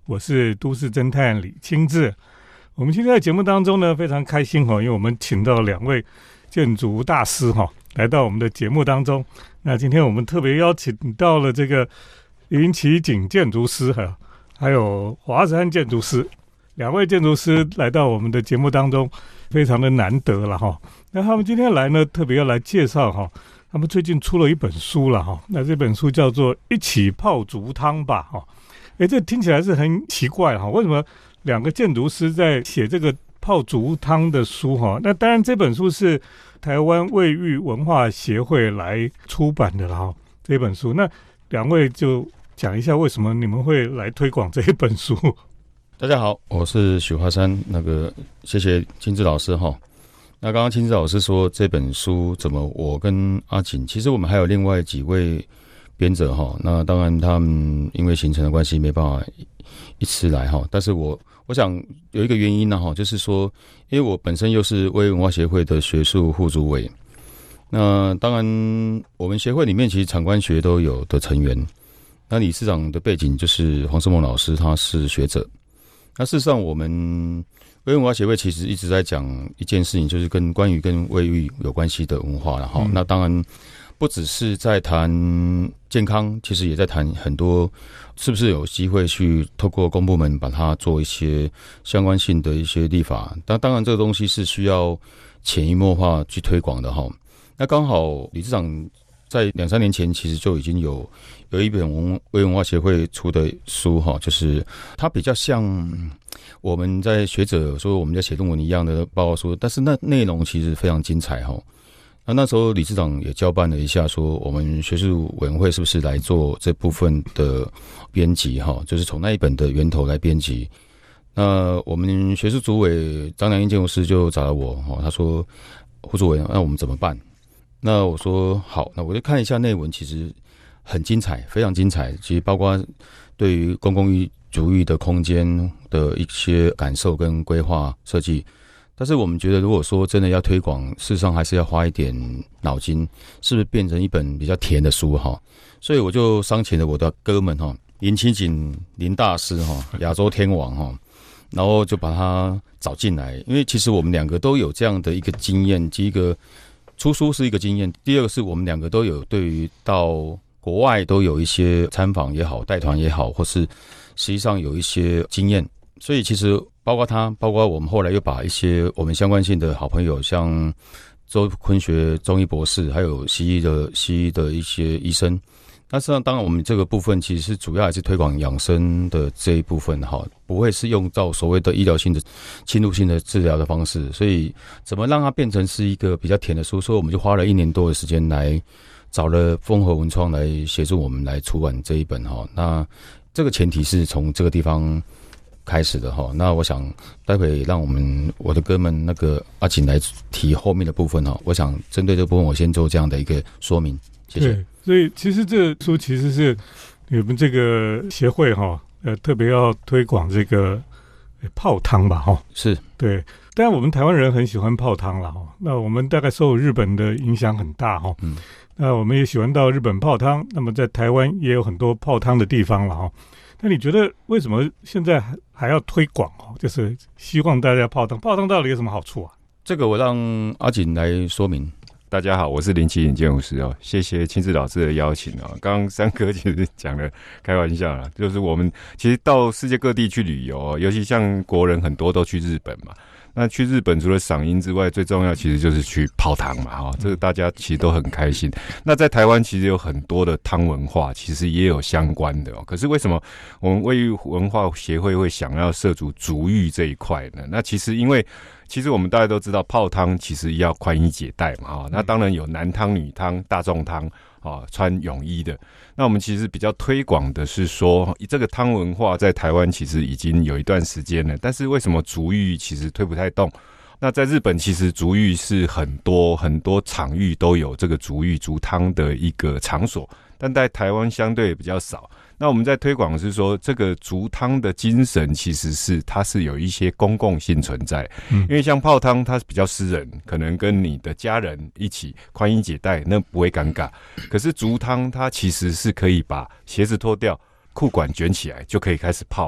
我是都市侦探李清志。我们今天在节目当中呢，非常开心因为我们请到2位建筑大师来到我们的节目当中。那今天我们特别邀请到了这个林奇景建筑师还有华山建筑师，2位建筑师来到我们的节目当中，非常的难得了那他们今天来呢，特别要来介绍他们最近出了一本书了那这本书叫做《一起泡竹汤吧》这听起来是很奇怪为什么2个建筑师在写这个泡竹汤的书那当然这本书是台湾卫浴文化协会来出版的了这本书。那2位就讲一下为什么你们会来推广这一本书。 大家好，我是许华山，谢谢清志老师那刚刚清志老师说这本书怎么我跟阿锦，其实我们还有另外几位编者那当然他们因为行程的关系没办法一次来但是我想有一个原因呢就是说，因为我本身又是卫浴文化协会的学术副主委，那当然我们协会里面其实场馆学都有的成员，那理事长的背景就是黄世梦老师，他是学者。那事实上我们卫浴文化协会其实一直在讲一件事情，就是关于跟卫浴有关系的文化那当然不只是在谈健康，其实也在谈很多是不是有机会去透过公部门把它做一些相关性的一些立法。当然这个东西是需要潜移默化去推广的那刚好理事长在2-3年前其实就已经有一本卫浴文化协会出的书就是它比较像我们在学者说我们在写论文一样的报告书，但是那内容其实非常精彩那时候理事长也交办了一下，说我们学术委员会是不是来做这部分的编辑就是从那一本的源头来编辑。那我们学术主委张良英建筑师就找了我他说副主委，那我们怎么办？那我说好，那我就看一下内文，其实很精彩，非常精彩。其实包括对于公共主浴的空间的一些感受跟规划设计。但是我们觉得，如果说真的要推广，事实上还是要花一点脑筋，是不是变成一本比较甜的书所以我就商请了我的哥们林奇景林大师亚洲天王然后就把他找进来。因为其实我们2个都有这样的一个经验，第一个出书是一个经验，第二个是我们2个都有对于到国外都有一些参访也好，带团也好，或是实际上有一些经验。所以其实包括我们后来又把一些我们相关性的好朋友，像周坤学中医博士，还有西医的一些医生。那实际上当然我们这个部分其实是主要还是推广养生的这一部分不会是用到所谓的医疗性的侵入性的治疗的方式。所以怎么让它变成是一个比较甜的书，所以我们就花了1年多的时间来找了丰和文创来协助我们来出版这一本那这个前提是从这个地方开始的那我想待会让我的哥们阿锦来提后面的部分我想针对这部分我先做这样的一个说明，谢谢。 对，所以其实这个书其实是你们这个协会特别要推广这个泡汤吧是对。 当然我们台湾人很喜欢泡汤啦那我们大概受日本的影响很大那我们也喜欢到日本泡汤，那么在台湾也有很多泡汤的地方了那你觉得为什么现在还要推广就是希望大家泡汤到底有什么好处啊？ 这个我让阿锦来说明。 大家好，我是林奇景建筑师谢谢清志老师的邀请刚刚三哥其实讲了开玩笑啦，就是我们其实到世界各地去旅游尤其像国人很多都去日本嘛，那去日本除了赏樱之外，最重要其实就是去泡汤嘛这个大家其实都很开心。那在台湾其实有很多的汤文化，其实也有相关的可是为什么我们卫浴文化协会会想要涉足足浴这一块呢？那其实因为我们大家都知道泡汤其实要宽衣解带嘛那当然有男汤女汤大众汤穿泳衣的。那我们其实比较推广的是说，这个汤文化在台湾其实已经有一段时间了，但是为什么足浴其实推不太动？那在日本其实足浴是很多场域都有这个足浴足汤的一个场所，但在台湾相对比较少。那我们在推广的是说，这个足汤的精神其实是它是有一些公共性存在，因为像泡汤它是比较私人，可能跟你的家人一起宽衣解带，那不会尴尬。可是足汤它其实是可以把鞋子脱掉，裤管卷起来就可以开始泡。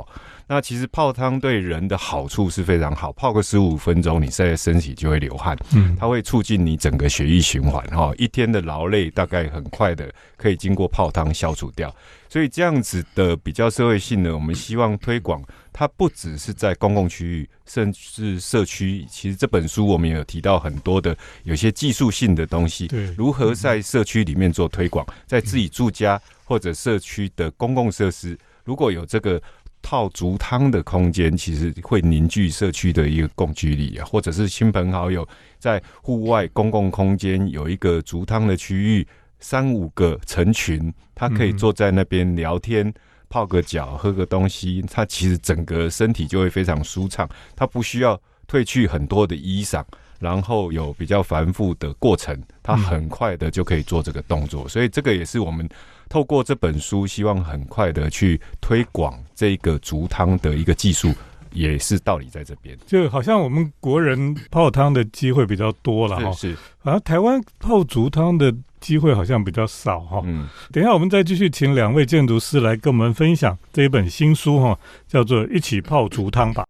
那其实泡汤对人的好处是非常好，泡个15分钟，你在身体就会流汗，它会促进你整个血液循环，一天的劳累大概很快的可以经过泡汤消除掉。所以这样子的比较社会性呢，我们希望推广，它不只是在公共区域，甚至社区。其实这本书我们也有提到很多的有些技术性的东西，如何在社区里面做推广，在自己住家或者社区的公共设施，如果有这个泡足汤的空间，其实会凝聚社区的一个共居力啊，或者是亲朋好友在户外公共空间有一个足汤的区域，3-5个成群，他可以坐在那边聊天，泡个脚，喝个东西，他其实整个身体就会非常舒畅，他不需要褪去很多的衣裳，然后有比较繁复的过程，他很快的就可以做这个动作，所以这个也是我们透过这本书希望很快的去推广这个足汤的一个技术，也是道理在这边。 就好像我们国人泡汤的机会比较多了， 是， 好像台湾泡足汤的机会好像比较少哈。等一下我们再继续请2位建筑师来跟我们分享这一本新书哈，叫做《一起泡足汤吧》。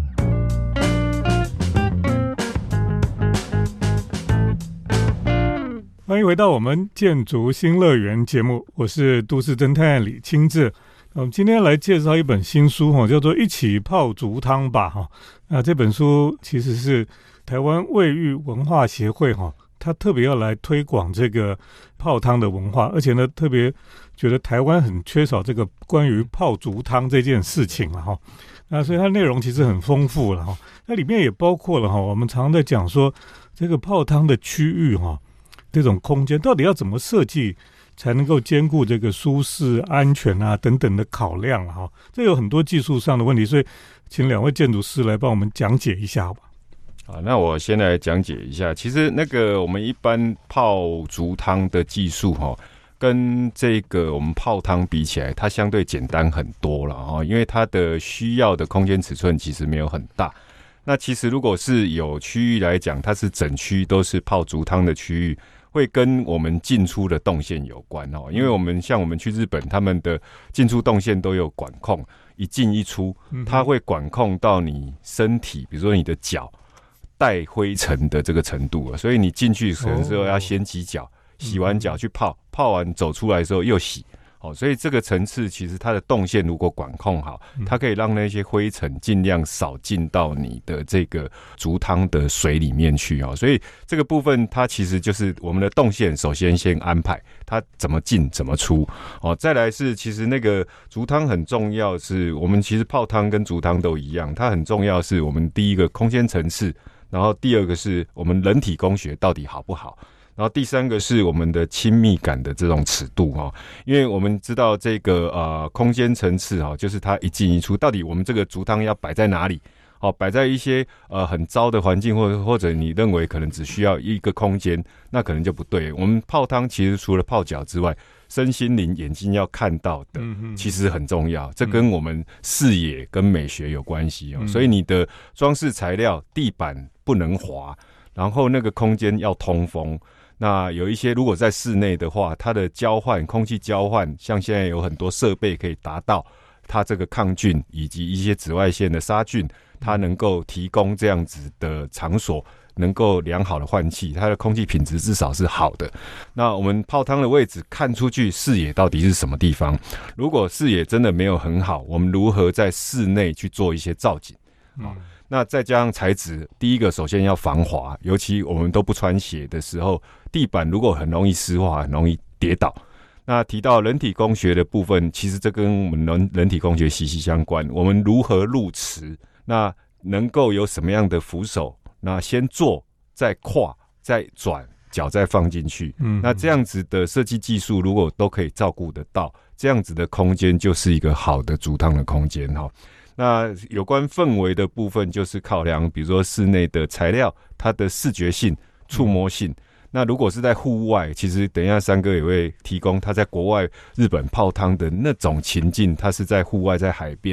欢迎回到我们建筑新乐园节目，我是都市侦探李清志。我们今天来介绍一本新书叫做《一起泡足汤吧》哈。那这本书其实是台湾卫浴文化协会它特别要来推广这个泡汤的文化，而且呢特别觉得台湾很缺少这个关于泡足汤这件事情了哈。那所以它内容其实很丰富了哈。那里面也包括了我们常常在讲说这个泡汤的区域这种空间到底要怎么设计才能够兼顾这个舒适、安全啊等等的考量哈，这有很多技术上的问题，所以请2位建筑师来帮我们讲解一下好吧。 好，那我先来讲解一下。其实那个我们一般泡足汤的技术跟这个我们泡汤比起来，它相对简单很多了因为它的需要的空间尺寸其实没有很大。那其实如果是有区域来讲，它是整区都是泡足汤的区域，会跟我们进出的动线有关因为我们像我们去日本，他们的进出动线都有管控，一进一出，它会管控到你身体，比如说你的脚带灰尘的这个程度所以你进去可能时候要先洗脚，洗完脚去泡，泡完走出来的时候又洗。所以这个层次其实它的动线如果管控好，它可以让那些灰尘尽量少进到你的这个足汤的水里面去所以这个部分它其实就是我们的动线首先安排它怎么进怎么出再来是其实那个足汤很重要，是我们其实泡汤跟足汤都一样，它很重要是我们第一个空间层次，然后第二个是我们人体工学到底好不好，然后第三个是我们的亲密感的这种尺度因为我们知道这个空间层次就是它一进一出，到底我们这个足汤要摆在哪里摆在一些很糟的环境，或者你认为可能只需要一个空间，那可能就不对。我们泡汤其实除了泡脚之外，身心灵眼睛要看到的其实很重要，这跟我们视野跟美学有关系所以你的装饰材料地板不能滑，然后那个空间要通风。那有一些如果在室内的话，它的交换空气交换，像现在有很多设备可以达到它这个抗菌以及一些紫外线的杀菌，它能够提供这样子的场所能够良好的换气，它的空气品质至少是好的。那我们泡汤的位置看出去视野到底是什么地方，如果视野真的没有很好，我们如何在室内去做一些造景那再加上材质，第一个首先要防滑，尤其我们都不穿鞋的时候，地板如果很容易湿滑，很容易跌倒。那提到人体工学的部分，其实这跟我们人体工学息息相关。我们如何入池，那能够有什么样的扶手，那先坐再跨再转，脚再放进去那这样子的设计技术如果都可以照顾得到，这样子的空间就是一个好的足汤的空间那有关氛围的部分，就是考量比如说室内的材料，它的视觉性、触摸性。那如果是在户外，其实等一下三哥也会提供他在国外日本泡汤的那种情境，他是在户外在海边，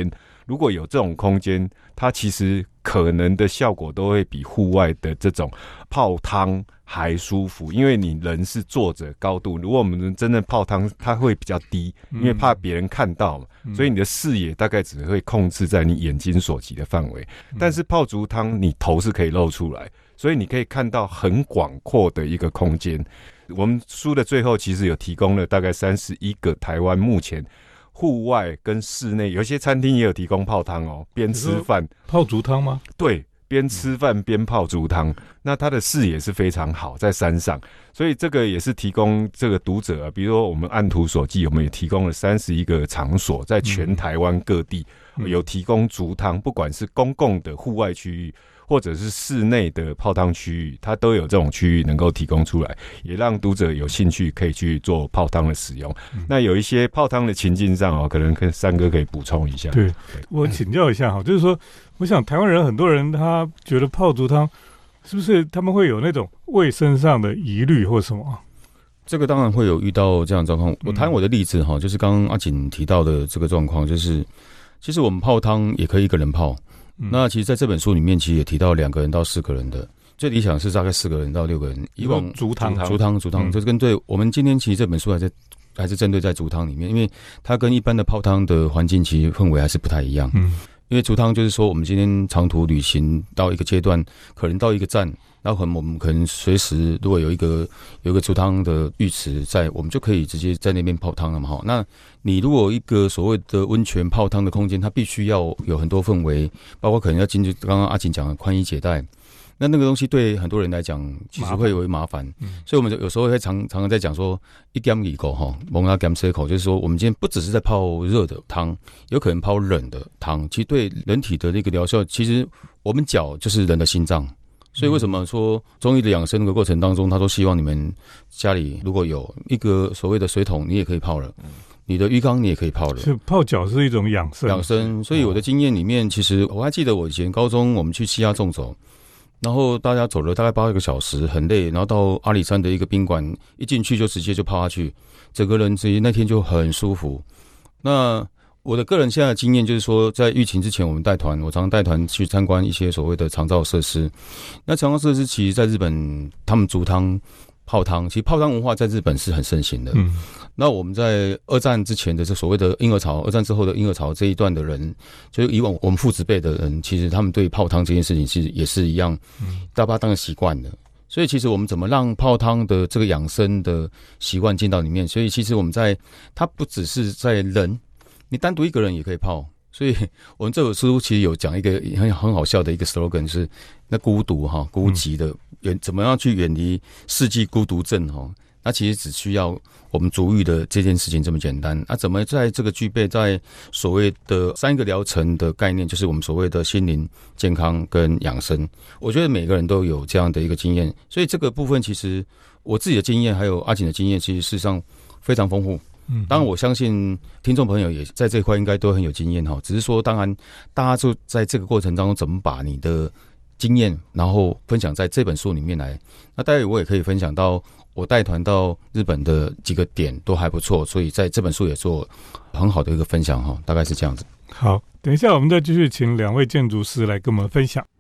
如果有这种空间，它其实可能的效果都会比户外的这种泡汤还舒服，因为你人是坐着高度，如果我们真正泡汤，它会比较低，因为怕别人看到嘛，所以你的视野大概只会控制在你眼睛所及的范围。但是泡足汤，你头是可以露出来，所以你可以看到很广阔的一个空间。我们书的最后其实有提供了大概31个台湾目前户外跟室内，有些餐厅也有提供泡汤哦，边吃饭泡足汤吗？ 对，边吃饭边泡足汤，那它的视野是非常好，在山上，所以这个也是提供这个读者比如说我们按图索骥，我们也提供了31个场所，在全台湾各地有提供足汤，不管是公共的户外区域，或者是室内的泡汤区域，它都有这种区域能够提供出来，也让读者有兴趣可以去做泡汤的使用。那有一些泡汤的情境上可能跟三哥可以补充一下。 对，我请教一下就是说，我想台湾人很多人他觉得泡足汤是不是他们会有那种卫生上的疑虑或什么？ 这个当然会有遇到这样的状况。我谈我的例子就是刚刚阿瑾提到的这个状况，就是其实我们泡汤也可以一个人泡。那其实在这本书里面其实也提到2个人到4个人的，最理想是大概4个人到6个人。以往足汤， 这跟对我们今天其实这本书还是针对在足汤里面，因为它跟一般的泡汤的环境其实氛围还是不太一样。因为足汤就是说我们今天长途旅行到一个阶段，可能到一个站，然后我们可能随时如果有一个足汤的浴池在，我们就可以直接在那边泡汤了嘛。那你如果一个所谓的温泉泡汤的空间，它必须要有很多氛围，包括可能要进去刚刚阿瑾讲的宽衣解带，那个东西对很多人来讲其实会有麻烦。所以我们有时候会常常在讲说一减二口蒙拉减塞口，就是说我们今天不只是在泡热的汤，有可能泡冷的汤，其实对人体的那个疗效，其实我们脚就是人的心脏。所以为什么说中医的养生的过程当中，他都希望你们家里如果有一个所谓的水桶，你也可以泡了，你的浴缸你也可以泡了。 是泡脚是一种养生。 所以我的经验里面，其实我还记得我以前高中我们去西亚纵走，然后大家走了大概8个小时，很累，然后到阿里山的一个宾馆，一进去就直接就泡下去，整个人直接那天就很舒服。那我的个人现在的经验就是说，在疫情之前我们带团，我常常带团去参观一些所谓的长照设施。那长照设施其实在日本，他们足汤泡汤，其实泡汤文化在日本是很盛行的。那我们在2战之前的这所谓的婴儿潮，2战之后的婴儿潮这一段的人，就是以往我们父子辈的人，其实他们对泡汤这件事情其实也是一样，大家把它当成习惯的。所以其实我们怎么让泡汤的这个养生的习惯进到里面？所以其实我们它不只是在人，你单独一个人也可以泡。所以我们这本书其实有讲一个很好笑的一个 slogan， 是那孤独孤寂的怎么样去远离世纪孤独症那其实只需要我们足浴的这件事情这么简单。怎么在这个具备在所谓的3个疗程的概念，就是我们所谓的心灵健康跟养生，我觉得每个人都有这样的一个经验。所以这个部分其实我自己的经验还有阿瑾的经验，其实事实上非常丰富。当然我相信听众朋友也在这块应该都很有经验只是说当然大家就在这个过程当中怎么把你的经验然后分享在这本书里面来。那待会我也可以分享到我带团到日本的几个点都还不错，所以在这本书也做很好的一个分享大概是这样子。 好，等一下我们再继续请2位建筑师来跟我们分享。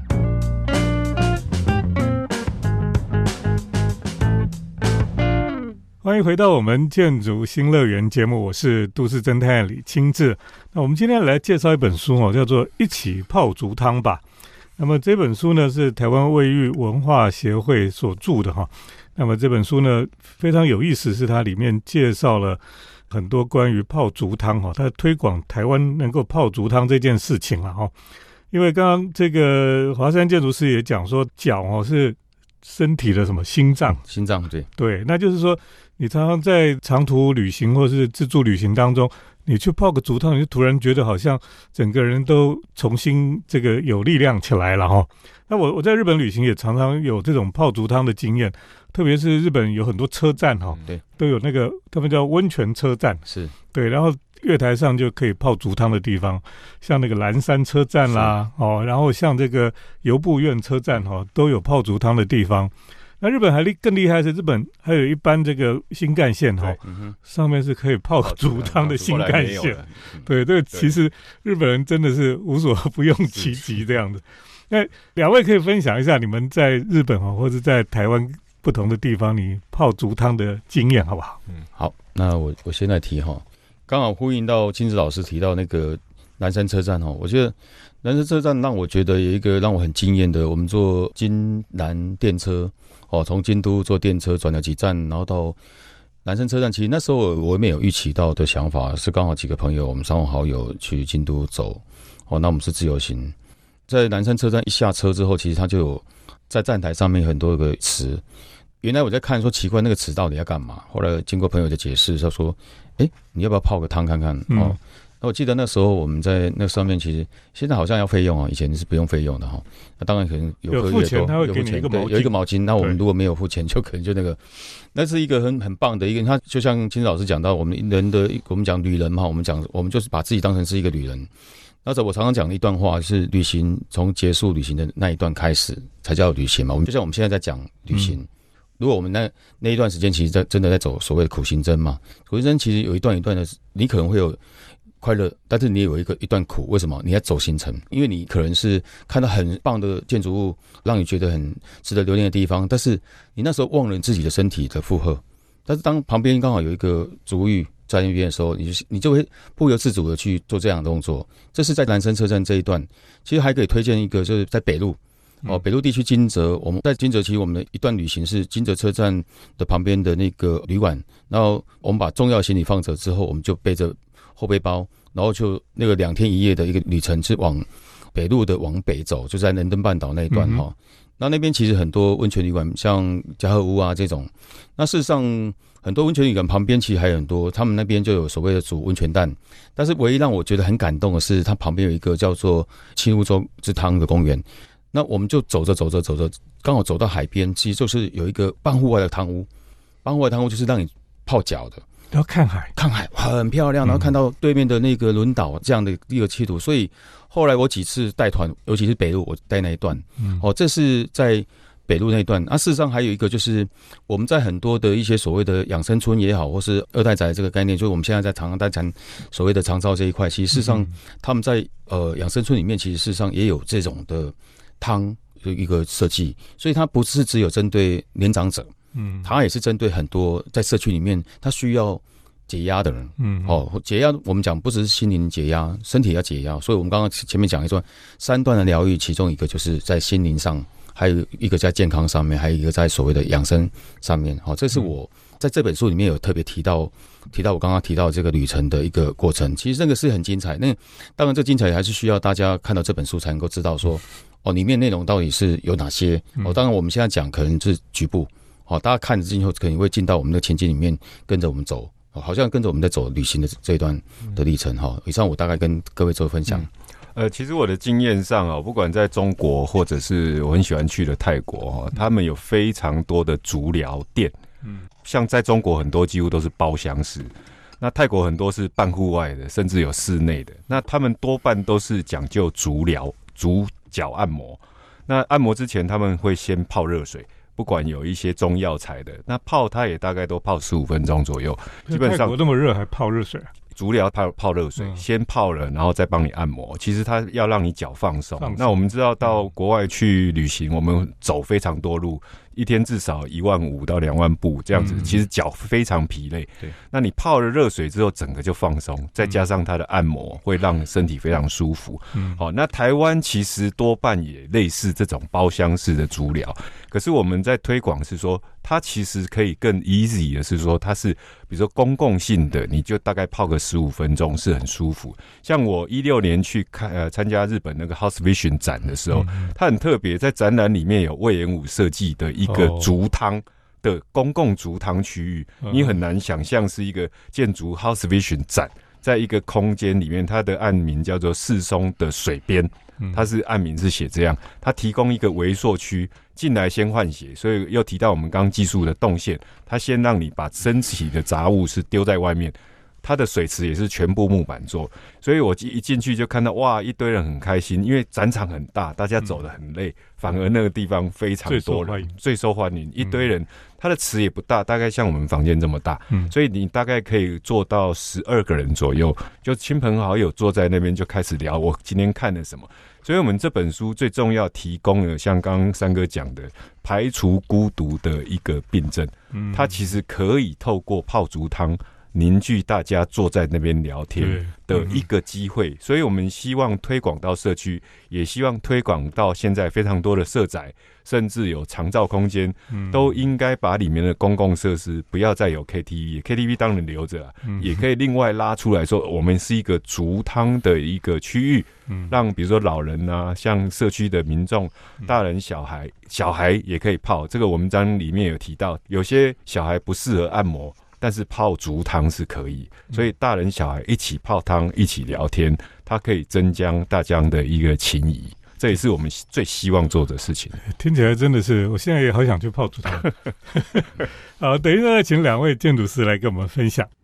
欢迎回到我们建筑新乐园节目，我是都市侦探李清志。那我们今天来介绍一本书叫做《一起泡足汤吧》。那么这本书呢是台湾卫浴文化协会所著的那么这本书呢非常有意思，是它里面介绍了很多关于泡足汤它推广台湾能够泡足汤这件事情了因为刚刚这个华山建筑师也讲说，脚是身体的什么心脏，对，那就是说你常常在长途旅行或是自助旅行当中，你去泡个足汤，你就突然觉得好像整个人都重新这个有力量起来了那我在日本旅行也常常有这种泡足汤的经验，特别是日本有很多车站对， 都有那个他们叫温泉车站， 是对，然后月台上就可以泡足汤的地方，像那个蓝山车站啦然后像这个由布院车站都有泡足汤的地方。 那日本更厉害的是，日本还有一般这个新干线上面是可以泡竹汤的新干线。对，这个其实日本人真的是无所不用其极这样子。那两位可以分享一下你们在日本或者在台湾不同的地方你泡竹汤的经验好不好？ 好，那我先来提刚好呼应到金子老师提到那个南山车站我觉得南山车站让我觉得有一个让我很惊艳的，我们坐京南电车从京都坐电车转了几站，然后到南山车站。其实那时候我没有预期到的想法是，刚好几个朋友我们三五好友去京都走那我们是自由行，在南山车站一下车之后，其实他就有在站台上面有很多个词。原来我在看说奇怪那个词到底要干嘛，后来经过朋友的解释，他说你要不要泡个汤看看那我记得那时候我们在那上面，其实现在好像要费用以前是不用费用的那当然可能有付钱，他会给你一个毛巾， 有一个毛巾。那我们如果没有付钱，就可能就那是一个很棒的一个。他就像金老师讲到，我们人的我们讲旅人嘛，我们就是把自己当成是一个旅人。那我常常讲的一段话是，旅行从结束旅行的那一段开始才叫旅行嘛。我们就像我们现在在讲旅行。如果我们那一段时间其实真的在走所谓的苦行僧嘛，苦行僧其实有一段一段的，你可能会有快乐，但是你也有一段苦。为什么？你在走行程，因为你可能是看到很棒的建筑物，让你觉得很值得留恋的地方，但是你那时候忘了你自己的身体的负荷。但是当旁边刚好有一个足浴在那边的时候，你就会不由自主的去做这样的动作。这是在南山车站这一段，其实还可以推荐一个，就是在北路。北路地区金泽，我们在金泽其实我们的一段旅行是金泽车站的旁边的那个旅馆，然后我们把重要行李放着之后，我们就背着后背包，然后就那个2天1夜的一个旅程是往北路的往北走，就在能登半岛那一段那边其实很多温泉旅馆，像嘉禾屋这种。那事实上很多温泉旅馆旁边其实还有很多，他们那边就有所谓的煮温泉蛋。但是唯一让我觉得很感动的是，它旁边有一个叫做青乌洲之汤的公园。那我们就走着，刚好走到海边，其实就是有一个半户外的汤屋。半户外汤屋就是让你泡脚的， 要看海很漂亮，然后看到对面的那个轮岛这样的一个气图。所以后来我几次带团，尤其是北路，我带那一段，这是在北路那一段。事实上还有一个就是我们在很多的一些所谓的养生村也好，或是二代宅这个概念，就是我们现在常常在谈所谓的长照这一块，其实事实上他们在养生村里面，其实事实上也有这种的汤的一个设计，所以它不是只有针对年长者，它也是针对很多在社区里面他需要解压的人，解压我们讲不只是心灵解压，身体要解压，所以我们刚刚前面讲一段3段的疗愈，其中一个就是在心灵上，还有一个在健康上面，还有一个在所谓的养生上面，这是我在这本书里面有特别提到我刚刚提到这个旅程的一个过程，其实那个是很精彩。那当然这精彩还是需要大家看到这本书才能够知道说里面内容到底是有哪些当然我们现在讲可能是局部大家看了之后可能会进到我们的情境里面，跟着我们走，好像跟着我们在走旅行的这一段的历程以上我大概跟各位做分享。 其实我的经验上不管在中国或者是我很喜欢去的泰国他们有非常多的足疗店，像在中国很多几乎都是包厢式，那泰国很多是半户外的，甚至有室内的，那他们多半都是讲究足疗、足脚按摩。那按摩之前他们会先泡热水，不管有一些中药材的，那泡它也大概都泡15分钟左右。基本上泰国那么热还泡热水足疗泡热水，先泡了，然后再帮你按摩。其实它要让你脚放松。那我们知道到国外去旅行，我们走非常多路，一天至少15000到2万步这样子，其实脚非常疲累。对，那你泡了热水之后，整个就放松，再加上它的按摩，会让身体非常舒服。好，那台湾其实多半也类似这种包厢式的足疗，可是我们在推广是说，它其实可以更 easy 的是说，它是比如说公共性的，你就大概泡个15分钟是很舒服。像我16年去参加日本那个 House Vision 展的时候，它很特别，在展览里面有隈研吾设计的一个足汤的公共足汤区域，你很难想象是一个建筑 House Vision 展，在一个空间里面，它的案名叫做世松的水边，它是案名是写这样，它提供一个微缩区，进来先换血，所以又提到我们刚刚技术的动线，它先让你把身体的杂物是丢在外面， 它的水池也是全部木板做，所以我一进去就看到哇，一堆人很开心，因为展场很大，大家走得很累，反而那个地方非常多人，最受欢迎，一堆人。它的池也不大，大概像我们房间这么大，所以你大概可以坐到12个人左右，就亲朋好友坐在那边就开始聊我今天看了什么。所以我们这本书最重要提供了像刚刚三哥讲的排除孤独的一个病症，它其实可以透过泡竹汤凝聚大家坐在那边聊天的一个机会，所以我们希望推广到社区，也希望推广到现在非常多的社宅，甚至有长照空间，都应该把里面的公共设施不要再有 KTV 当然留着，也可以另外拉出来说，我们是一个竹汤的一个区域，让比如说老人啊，像社区的民众、大人、小孩也可以泡。这个我们章里面有提到，有些小孩不适合按摩，但是泡竹汤是可以，所以大人小孩一起泡汤，一起聊天，它可以增加大家的一个情谊，这也是我们最希望做的事情。 听起来真的是，我现在也好想去泡竹汤。好，等一下请两位建筑师来跟我们分享。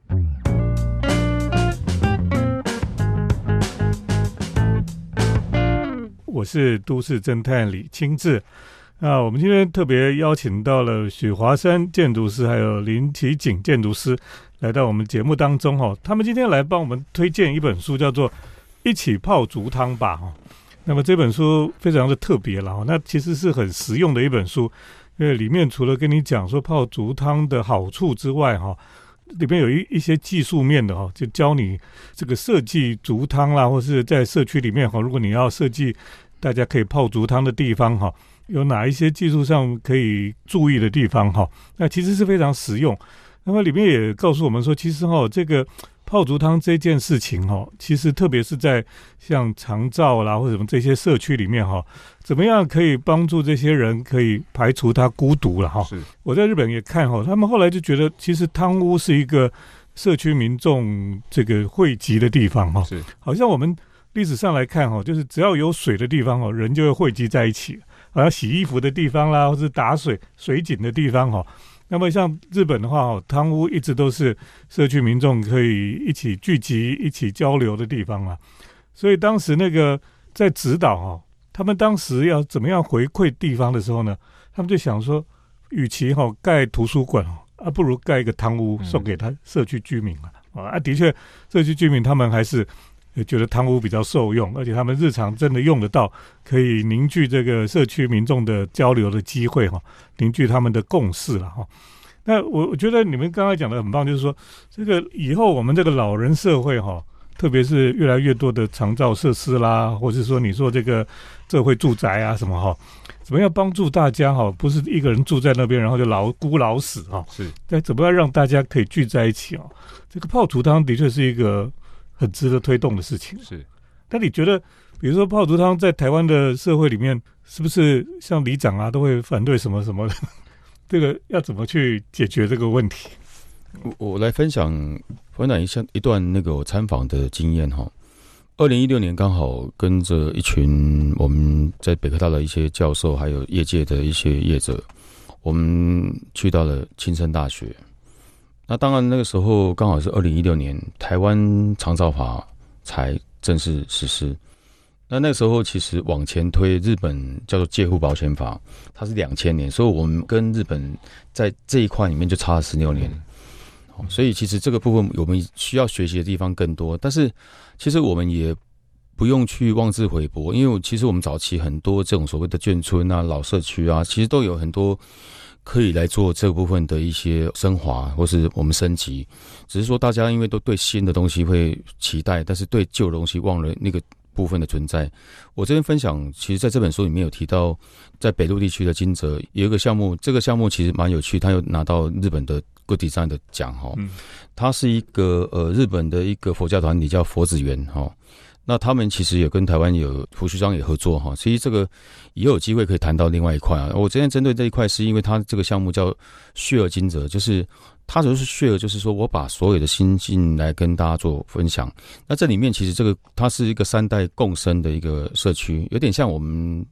我是都市侦探李清志。那我们今天特别邀请到了许华山建筑师还有林奇景建筑师来到我们节目当中，他们今天来帮我们推荐一本书，叫做《一起泡竹汤吧》。那么这本书非常的特别了，那其实是很实用的一本书，因为里面除了跟你讲说泡竹汤的好处之外，里面有一些技术面的，就教你这个设计竹汤啦，或是在社区里面，如果你要设计大家可以泡竹汤的地方，有哪一些技术上可以注意的地方，那其实是非常实用。那么里面也告诉我们说，其实这个泡竹汤这件事情，其实特别是在像长照啦或者什么这些社区里面，怎么样可以帮助这些人可以排除他孤独了。我在日本也看，他们后来就觉得其实汤屋是一个社区民众这个汇集的地方，好像我们历史上来看，就是只要有水的地方，人就会汇集在一起，好像洗衣服的地方啦，或是打水井的地方，那么像日本的话，汤屋一直都是社区民众可以一起聚集、一起交流的地方，所以当时那个在指导，他们当时要怎么样回馈地方的时候呢，他们就想说，与其盖图书馆，不如盖一个汤屋送给他社区居民的确，社区居民他们还是觉得汤屋比较受用，而且他们日常真的用得到，可以凝聚这个社区民众的交流的机会，凝聚他们的共识了。那我觉得你们刚才讲的很棒，就是说这个以后我们这个老人社会，特别是越来越多的长照设施啦，或是说你说这个社会住宅啊什么，怎么样帮助大家，不是一个人住在那边然后就孤老死， 是， 但怎么样让大家可以聚在一起，这个泡竹汤的确是一个很值得推动的事情。 是， 但你觉得比如说泡竹汤在台湾的社会里面，是不是像里长啊都会反对什么什么的？这个要怎么去解决这个问题？ 我来分享一段那个我参访的经验。2016年刚好跟着一群我们在北科大的一些教授还有业界的一些业者，我们去到了青森大学。那当然那个时候刚好是2016年台湾长照法才正式实施，那个时候其实往前推，日本叫做介护保险法，它是2000年，所以我们跟日本在这一块里面就差了16年。所以其实这个部分我们需要学习的地方更多，但是其实我们也不用去妄自菲薄，因为其实我们早期很多这种所谓的眷村啊、老社区啊，其实都有很多可以来做这个部分的一些升华或是我们升级，只是说大家因为都对新的东西会期待，但是对旧的东西忘了那个部分的存在。我这边分享，其实在这本书里面有提到，在北陆地区的金泽有一个项目，这个项目其实蛮有趣，它有拿到日本的 Good Design 的奖。它是一个日本的一个佛教团体叫佛子园。那他们其实也跟台湾有胡须章也合作，其实这个也有机会可以谈到另外一块啊。我今天针对这一块是因为它这个项目叫血儿金泽，就是它就是血儿，就是说我把所有的心境来跟大家做分享。那这里面其实这个它是一个3代共生的一个社区，有点像我们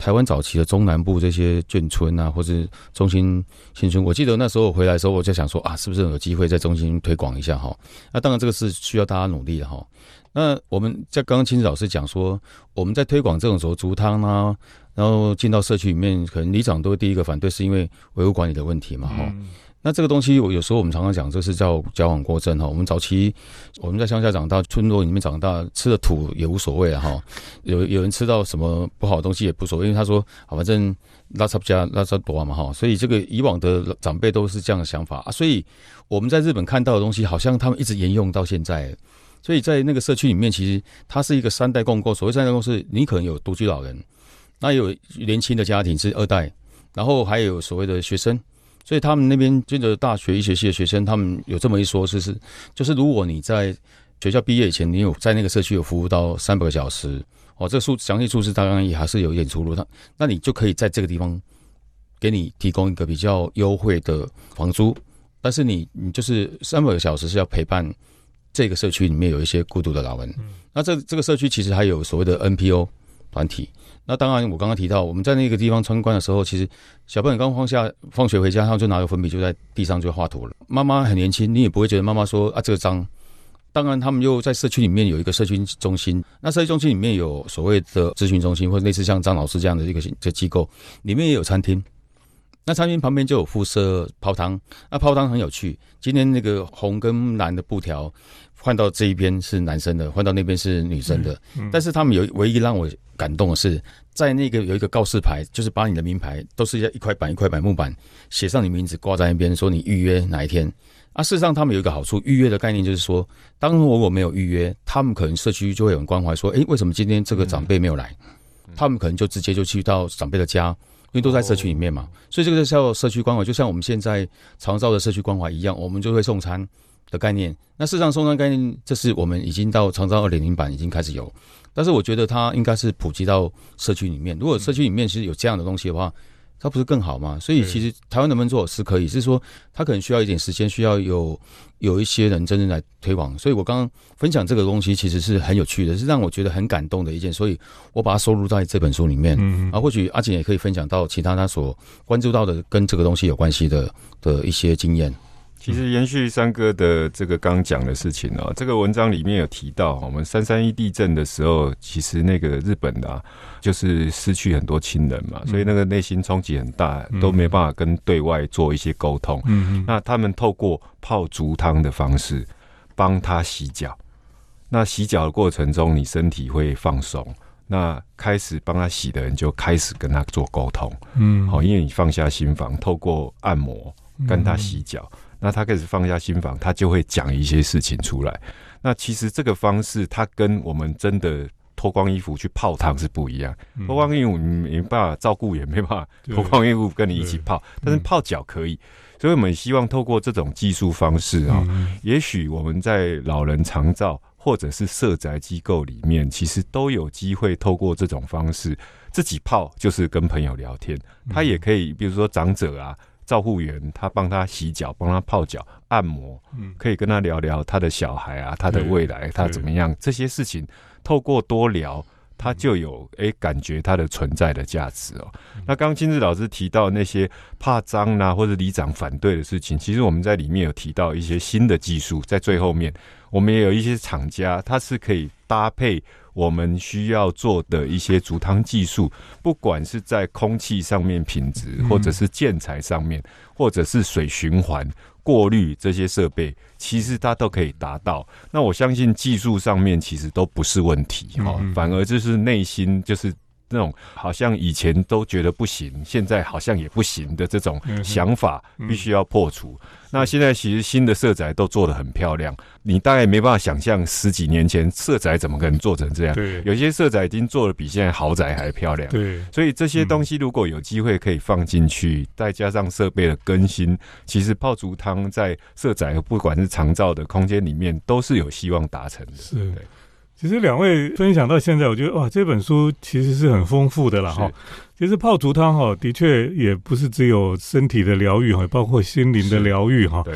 台湾早期的中南部这些眷村啊，或是中心新村，我记得那时候我回来的时候，我就想说啊，是不是有机会在中心推广一下哈？那当然这个是需要大家努力的哈。那我们在刚刚亲子老师讲说，我们在推广这种时候竹汤啊，然后进到社区里面，可能里长都会第一个反对，是因为维护管理的问题嘛哈。那这个东西，有时候我们常常讲，这是叫矫枉过正哈。我们早期我们在乡下长大，村落里面长大，吃的土也无所谓哈。有人吃到什么不好的东西也无所谓，因为他说，反正拉差不加拉差多嘛哈。所以这个以往的长辈都是这样的想法啊。所以我们在日本看到的东西，好像他们一直沿用到现在。所以在那个社区里面，其实它是一个3代共构。所谓3代共构，是你可能有独居老人，那有年轻的家庭是2代，然后还有所谓的学生。所以他们那边接着大学医学系的学生，他们有这么一说，就是如果你在学校毕业以前，你有在那个社区有服务到300个小时，这个详细数字当然也还是有一点出入，那你就可以在这个地方给你提供一个比较优惠的房租，但是你就是300个小时是要陪伴这个社区里面有一些孤独的老人。那这个社区其实还有所谓的 NPO 团体。那当然我刚刚提到我们在那个地方参观的时候，其实小朋友刚放学回家，他们就拿个粉笔就在地上就画图了。妈妈很年轻，你也不会觉得妈妈说啊这个脏。当然他们又在社区里面有一个社区中心，那社区中心里面有所谓的咨询中心，或者类似像张老师这样的一个机构，里面也有餐厅。那餐厅旁边就有附设泡汤，那泡汤很有趣，今天那个红跟蓝的布条换到这一边是男生的，换到那边是女生的。但是他们唯一让我感动的是，在那个有一个告示牌，就是把你的名牌都是一块板木板写上你名字，挂在那边，说你预约哪一天。事实上他们有一个好处，预约的概念就是说，当我没有预约，他们可能社区就会有人关怀说，为什么今天这个长辈没有来？他们可能就直接就去到长辈的家，因为都在社区里面嘛，所以这个就叫社区关怀，就像我们现在长照的社区关怀一样，我们就会送餐的概念。那事实上送餐概念，这是我们已经到长照 2.0 版已经开始有，但是我觉得它应该是普及到社区里面。如果社区里面其实有这样的东西的话，它不是更好吗？所以其实台湾能不能做是可以，是说它可能需要一点时间，需要有一些人真正来推广。所以我刚刚分享这个东西其实是很有趣的，是让我觉得很感动的一件，所以我把它收录在这本书里面。或许阿锦也可以分享到其他他所关注到的跟这个东西有关系的一些经验。 其实延续三哥的这个刚讲的事情这个文章里面有提到，我们331地震的时候，其实那个日本就是失去很多亲人嘛，所以那个内心冲击很大，都没办法跟对外做一些沟通。那他们透过泡竹汤的方式帮他洗脚，那洗脚的过程中，你身体会放松。那开始帮他洗的人就开始跟他做沟通，因为你放下心防，透过按摩跟他洗脚。那他开始放下心防，他就会讲一些事情出来。那其实这个方式，他跟我们真的脱光衣服去泡汤是不一样。脱光衣服你没办法照顾，也没办法脱光衣服跟你一起泡，但是泡脚可以。所以我们希望透过这种技术方式也许我们在老人长照或者是社宅机构里面，其实都有机会透过这种方式自己泡，就是跟朋友聊天。他也可以，比如说长者照护员他帮他洗脚，帮他泡脚按摩，可以跟他聊聊他的小孩他的未来他怎么样，这些事情透过多聊，他就有感觉他的存在的价值那刚刚亲自老师提到那些怕脏或者里长反对的事情，其实我们在里面有提到一些新的技术，在最后面我们也有一些厂家，它是可以搭配我们需要做的一些竹汤技术，不管是在空气上面品质，或者是建材上面，或者是水循环过滤这些设备，其实它都可以达到。那我相信技术上面其实都不是问题反而就是内心就是那种好像以前都觉得不行，现在好像也不行的这种想法必须要破除。那现在其实新的社宅都做得很漂亮，你大概没办法想象10几年前社宅怎么可能做成这样。有些社宅已经做得比现在豪宅还漂亮。所以这些东西如果有机会可以放进去，再加上设备的更新，其实泡竹汤在社宅不管是长照的空间里面都是有希望达成的。 是。其实两位分享到现在，我觉得这本书其实是很丰富的啦其实泡竹汤的确也不是只有身体的疗愈包括心灵的疗愈包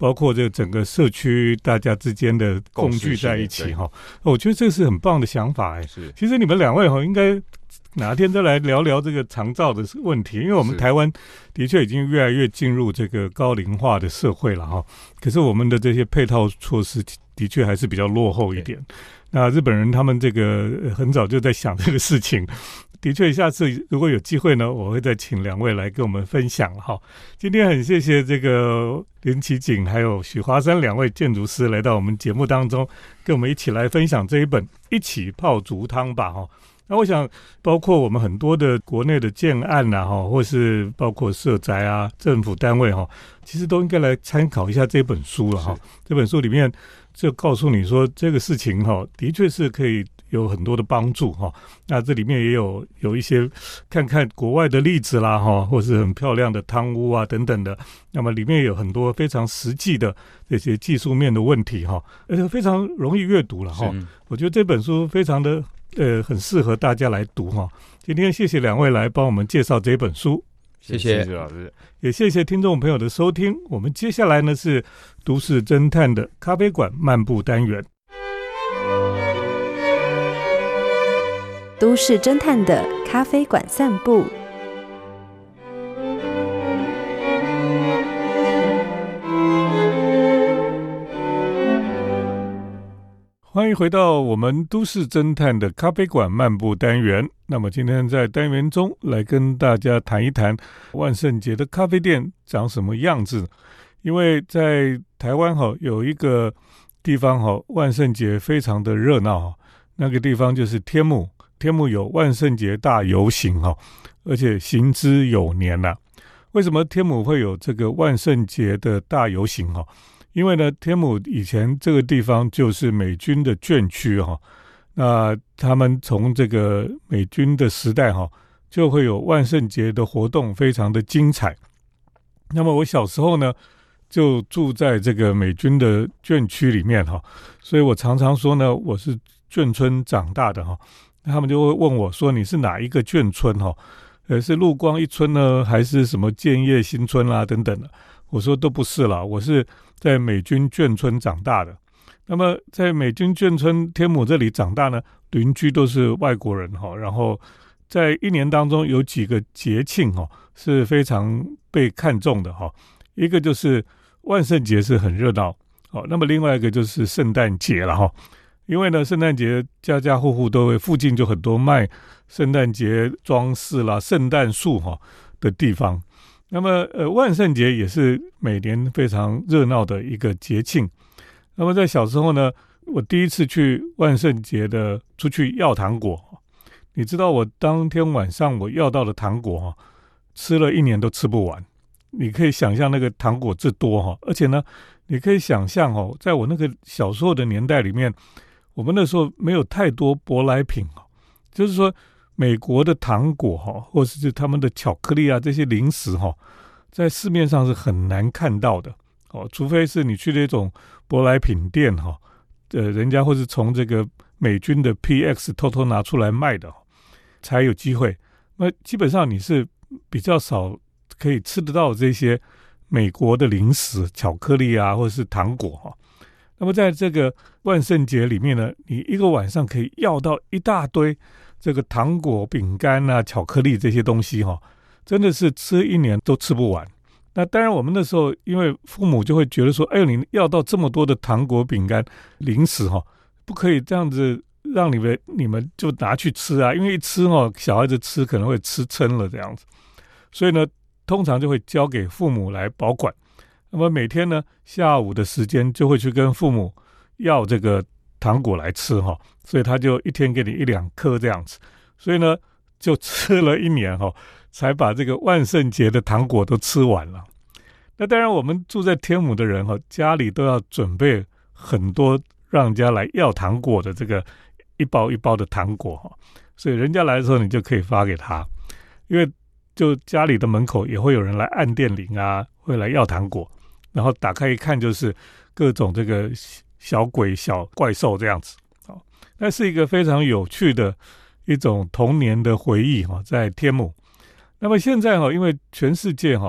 包括这整个社区大家之间的共聚在一起哈。我觉得这是很棒的想法是， 其实你们两位应该哪天再来聊聊这个长照的问题，因为我们台湾的确已经越来越进入这个高龄化的社会了哈。可是我们的这些配套措施的确还是比较落后一点。那日本人他们这个很早就在想这个事情，的确下次如果有机会呢，我会再请两位来跟我们分享哈。今天很谢谢这个林奇景还有许华山两位建筑师来到我们节目当中，跟我们一起来分享这一本一起泡竹汤吧哈。那我想包括我们很多的国内的建案啊，或是包括社宅啊、政府单位其实都应该来参考一下这本书了哈。这本书里面就告诉你说这个事情的确是可以有很多的帮助哈。那这里面也有一些看看国外的例子啦哈，或是很漂亮的汤屋啊等等的。那么里面有很多非常实际的这些技术面的问题哈，而且非常容易阅读了哈。我觉得这本书非常的很适合大家来读哈。今天谢谢两位来帮我们介绍这本书， 谢谢老师， 也谢谢听众朋友的收听。我们接下来呢是都市侦探的咖啡馆漫步单元。 都市侦探的咖啡馆散步。 欢迎回到我们都市侦探的咖啡馆漫步单元。那么今天在单元中来跟大家谈一谈万圣节的咖啡店长什么样子。因为在台湾有一个地方万圣节非常的热闹，那个地方就是天母。天母有万圣节大游行而且行之有年了。为什么天母会有这个万圣节的大游行因为呢，天母以前这个地方就是美军的眷区那他们从这个美军的时代就会有万圣节的活动，非常的精彩。那么我小时候呢，就住在这个美军的眷区里面所以我常常说呢，我是眷村长大的他们就会问我说，你是哪一个眷村是陆光一村呢，还是什么建业新村啦等等的？我说都不是啦，我是在美军眷村长大的。那么在美军眷村天母这里长大呢，邻居都是外国人然后在一年当中有几个节庆是非常被看重的一个就是万圣节是很热闹那么另外一个就是圣诞节了因为呢，圣诞节家家户户都会，附近就很多卖圣诞节装饰啦、圣诞树的地方。那么万圣节也是每年非常热闹的一个节庆。那么在小时候呢，我第一次去万圣节的出去要糖果，你知道我当天晚上我要到的糖果吃了一年都吃不完。你可以想象那个糖果之多而且呢，你可以想象在我那个小时候的年代里面，我们那时候没有太多舶来品就是说美国的糖果或是他们的巧克力啊这些零食在市面上是很难看到的除非是你去那种舶来品店人家或是从这个美军的 PX 偷偷拿出来卖的才有机会。那基本上你是比较少可以吃得到这些美国的零食、巧克力啊或是糖果那么在这个万圣节里面呢，你一个晚上可以要到一大堆这个糖果、饼干啊、巧克力这些东西真的是吃一年都吃不完。那当然我们那时候因为父母就会觉得说，哎呦，你要到这么多的糖果、饼干、零食不可以这样子让你们就拿去吃啊，因为一吃小孩子吃可能会吃撑了这样子。所以呢，通常就会交给父母来保管。那么每天呢，下午的时间就会去跟父母要这个糖果来吃所以他就一天给你1-2颗这样子。所以呢，就吃了一年才把这个万圣节的糖果都吃完了。那当然我们住在天母的人家里都要准备很多让人家来要糖果的这个一包一包的糖果所以人家来的时候你就可以发给他，因为就家里的门口也会有人来按电铃啊，会来要糖果，然后打开一看就是各种这个小鬼小怪兽这样子那是一个非常有趣的一种童年的回忆在天母。那么现在因为全世界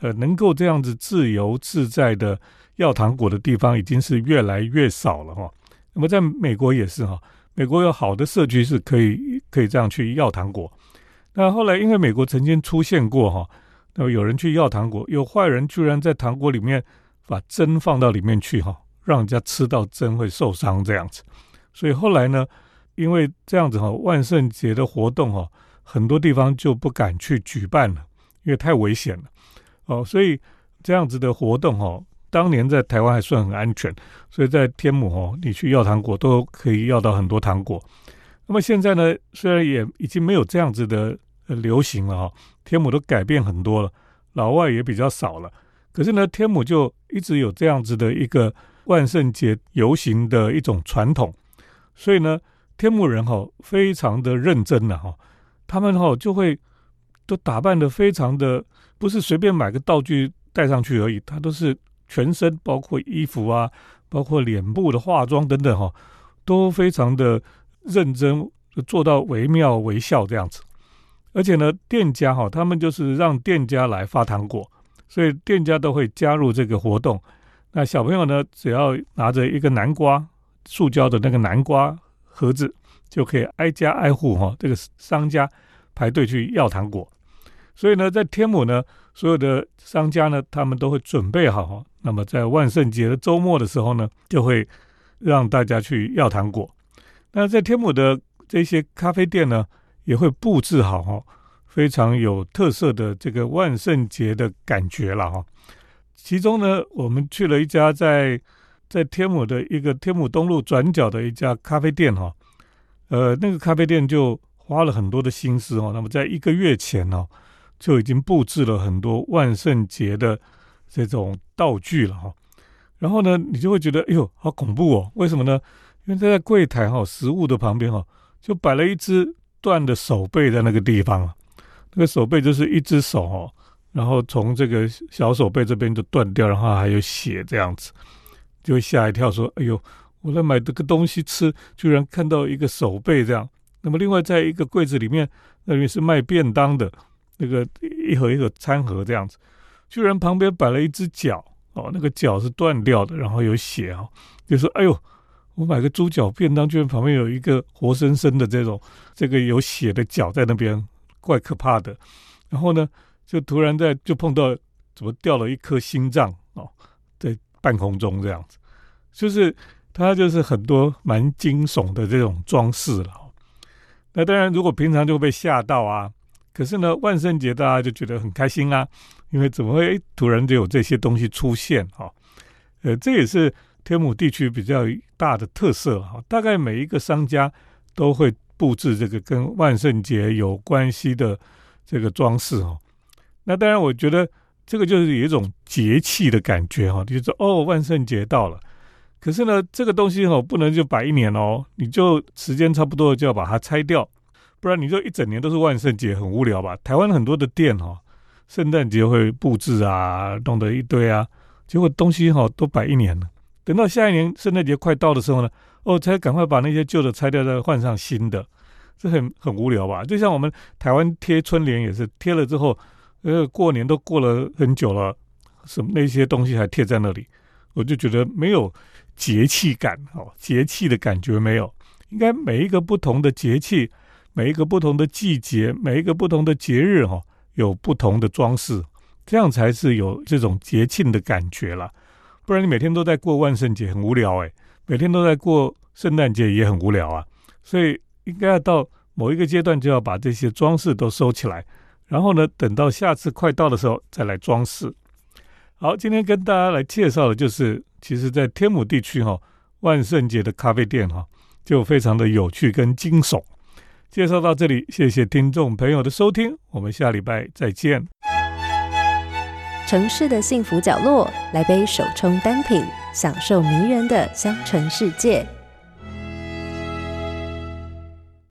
能够这样子自由自在的要糖果的地方已经是越来越少了那么在美国也是美国有好的社区是可以这样去要糖果。那后来因为美国曾经出现过那么有人去要糖果，有坏人居然在糖果里面把针放到里面去让人家吃到针会受伤这样子。所以后来呢，因为这样子万圣节的活动很多地方就不敢去举办了，因为太危险了所以这样子的活动当年在台湾还算很安全，所以在天母你去要糖果都可以要到很多糖果。那么现在呢，虽然也已经没有这样子的流行了天母都改变很多了，老外也比较少了，可是呢天母就一直有这样子的一个万圣节游行的一种传统。所以呢天母人非常的认真他们就会都打扮的非常的，不是随便买个道具带上去而已，他都是全身包括衣服啊，包括脸部的化妆等等都非常的认真，做到惟妙惟肖这样子。而且呢店家他们就是让店家来发糖果，所以店家都会加入这个活动。那小朋友呢只要拿着一个南瓜，塑胶的那个南瓜盒子，就可以挨家挨户这个商家排队去要糖果。所以呢在天母呢，所有的商家呢他们都会准备好那么在万圣节的周末的时候呢，就会让大家去要糖果。那在天母的这些咖啡店呢，也会布置好非常有特色的这个万圣节的感觉了其中呢，我们去了一家在天母的一个天母东路转角的一家咖啡店那个咖啡店就花了很多的心思那么在1个月前就已经布置了很多万圣节的这种道具了然后呢你就会觉得哎呦好恐怖为什么呢？因为在柜台食物的旁边就摆了一只断的手背在那个地方那个手背就是一只手然后从这个小手背这边就断掉，然后还有血这样子，就会吓一跳说哎呦我在买这个东西吃，居然看到一个手背这样。那么另外在一个柜子里面，那边是卖便当的，那个一盒一盒餐盒这样子，居然旁边摆了一只脚那个脚是断掉的，然后有血就说哎呦我买个猪脚便当，居然旁边有一个活生生的这个有血的脚在那边，怪可怕的。然后呢就突然就碰到怎么掉了一颗心脏在半空中这样子，就是它就是很多蛮惊悚的这种装饰了那当然如果平常就被吓到可是呢万圣节大家就觉得很开心因为怎么会突然就有这些东西出现这也是天母地区比较大的特色大概每一个商家都会布置这个跟万圣节有关系的这个装饰那当然我觉得这个就是有一种节气的感觉就是万圣节到了，可是呢这个东西不能就摆1年你就时间差不多就要把它拆掉，不然你就一整年都是万圣节，很无聊吧。台湾很多的店圣诞节会布置弄得一堆结果东西都摆1年了，等到下一年圣诞节快到的时候呢才赶快把那些旧的拆掉，再换上新的，这很无聊吧。就像我们台湾贴春联也是，贴了之后过年都过了很久了，什么那些东西还贴在那里，我就觉得没有节气感节气的感觉没有。应该每一个不同的节气，每一个不同的季节，每一个不同的节日有不同的装饰，这样才是有这种节庆的感觉啦。不然你每天都在过万圣节很无聊每天都在过圣诞节也很无聊所以应该要到某一个阶段就要把这些装饰都收起来，然后呢等到下次快到的时候再来装饰。好，今天跟大家来介绍的就是其实在天母地区万圣节的咖啡店就非常的有趣跟惊悚。介绍到这里，谢谢听众朋友的收听，我们下礼拜再见。 城市的幸福角落，来杯手冲单品，享受迷人的香醇世界。